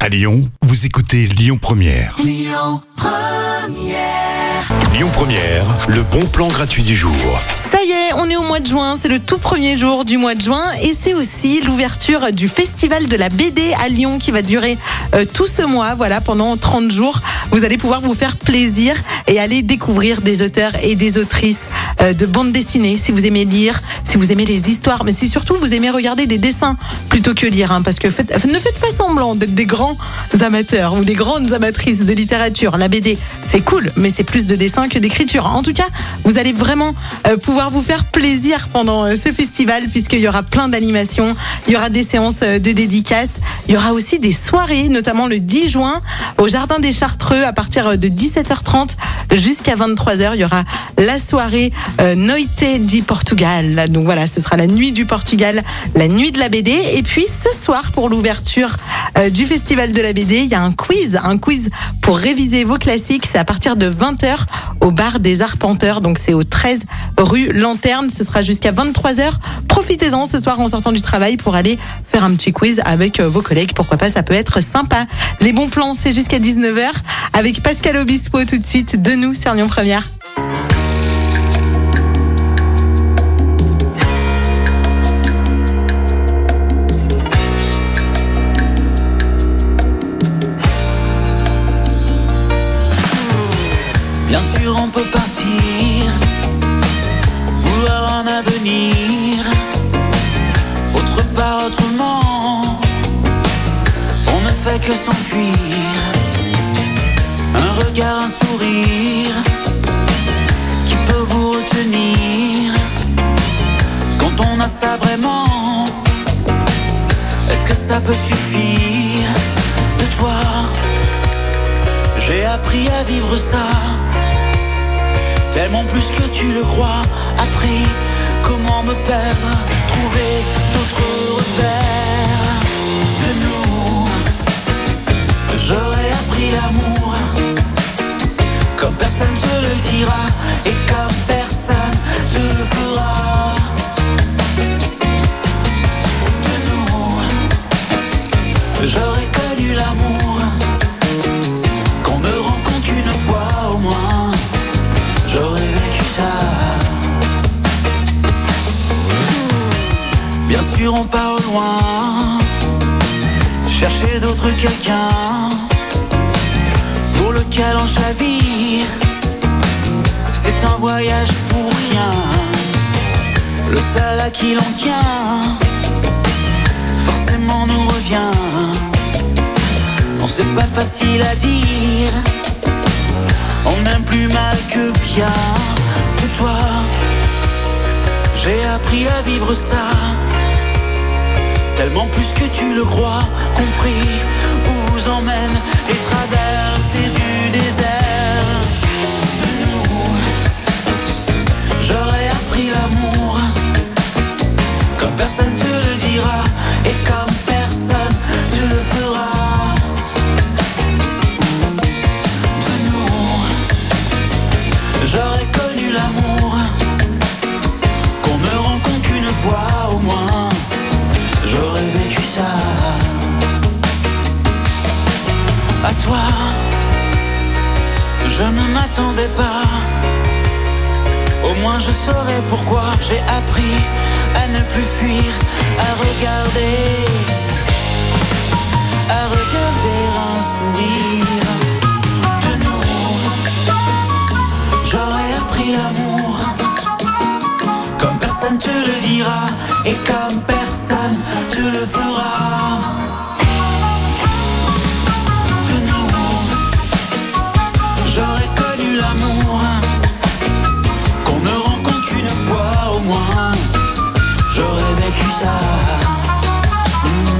À Lyon, vous écoutez Lyon Première. Lyon Première. Lyon Première, le bon plan gratuit du jour. Ça y est, on est au mois de juin, c'est le tout premier jour du mois de juin et c'est aussi l'ouverture du festival de la BD à Lyon qui va durer tout ce mois, voilà, pendant 30 jours. Vous allez pouvoir vous faire plaisir et aller découvrir des auteurs et des autrices de bande dessinée, si vous aimez lire, si vous aimez les histoires, mais si surtout vous aimez regarder des dessins plutôt que lire, hein, parce que ne faites pas semblant d'être des grands amateurs ou des grandes amatrices de littérature. La BD, c'est cool, mais c'est plus de dessin que d'écriture. En tout cas, vous allez vraiment pouvoir vous faire plaisir pendant ce festival, puisqu'il y aura plein d'animations, il y aura des séances de dédicaces, il y aura aussi des soirées, notamment le 10 juin au Jardin des Chartreux à partir de 17h30 jusqu'à 23h. Il y aura la soirée Noite di Portugal. Donc voilà, ce sera la nuit du Portugal, la nuit de la BD. Et puis ce soir, pour l'ouverture du festival de la BD, il y a un quiz pour réviser vos classiques. C'est à partir de 20h au bar des Arpenteurs. Donc c'est au 13 rue Lanterne. Ce sera jusqu'à 23h. Profitez-en ce soir en sortant du travail pour aller faire un petit quiz avec vos collègues. Pourquoi pas, ça peut être sympa. Les bons plans, c'est jusqu'à 19h avec Pascal Obispo tout de suite de nous sur Lyon Première. Bien sûr on peut partir, vouloir un avenir, autre part autrement, on ne fait que s'enfuir, un regard, un sourire, qui peut vous retenir, quand on a ça vraiment, est-ce que ça peut suffire? De toi, j'ai appris à vivre ça, tellement plus que tu le crois. Après, comment me perdre, trouver d'autres repères de nous. J'aurais appris l'amour, comme personne te le dira, et comme personne te le fera. De nous, j'aurais connu l'amour, qu'on me rencontre qu'une fois au moins. J'aurais vécu ça. Bien sûr on part au loin, chercher d'autres quelqu'un, pour lequel on chavire. C'est un voyage pour rien, le seul à qui l'on tient, forcément nous revient. Non, c'est pas facile à dire, on aime plus mal que bien. De toi, j'ai appris à vivre ça, tellement plus que tu le crois. Compris où vous emmène les traversées du désert. De nous, j'aurais appris l'amour, comme personne te le dira, et comme personne te le fera. J'aurais connu l'amour, qu'on me rencontre qu'une fois au moins. J'aurais vécu ça. À toi, je ne m'attendais pas. Au moins je saurais pourquoi j'ai appris à ne plus fuir, à regarder un sourire. De nous, j'aurais appris l'amour, comme personne te le dira, et comme personne te le fera. De nous, j'aurais connu l'amour, qu'on me rencontre qu'une fois au moins. J'aurais vécu ça.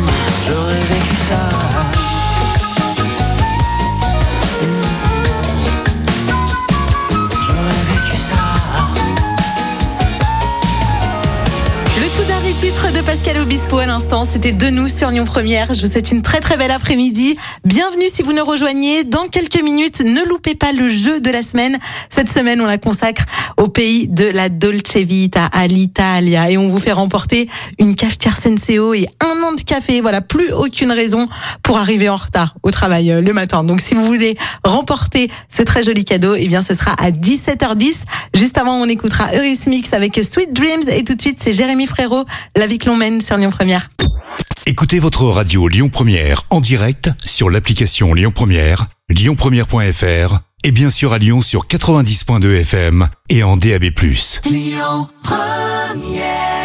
Expo à l'instant, c'était de nous sur Lyon Première. Je vous souhaite une très très belle après-midi. Bienvenue si vous nous rejoignez. Dans quelques minutes, ne loupez pas le jeu de la semaine. Cette semaine, on la consacre au pays de la Dolce Vita, à l'Italia. Et on vous fait remporter une cafetière Senseo et 1 an de café. Voilà, plus aucune raison pour arriver en retard au travail le matin. Donc si vous voulez remporter ce très joli cadeau, eh bien ce sera à 17h10. Juste avant, on écoutera Eurythmics avec Sweet Dreams. Et tout de suite, c'est Jérémy Frérot, La vie que l'on mène sur Lyon Première. Écoutez votre radio Lyon Première en direct sur l'application Lyon Première, lyonpremière.fr et bien sûr à Lyon sur 90.2 FM et en DAB+. Lyon Première.